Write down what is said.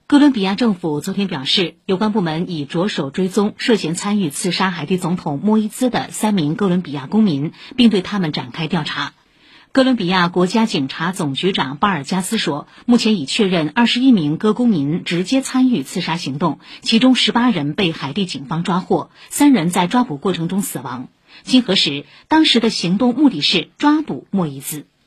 哥伦比亚政府昨天表示，有关部门已着手追踪涉嫌参与刺杀海地总统莫伊兹的3名哥伦比亚公民，并对他们展开调查。哥伦比亚国家警察总局长巴尔加斯说，目前已确认21名哥公民直接参与刺杀行动，其中18人被海地警方抓获，3人在抓捕过程中死亡。经核实，当时的行动目的是抓捕莫伊兹。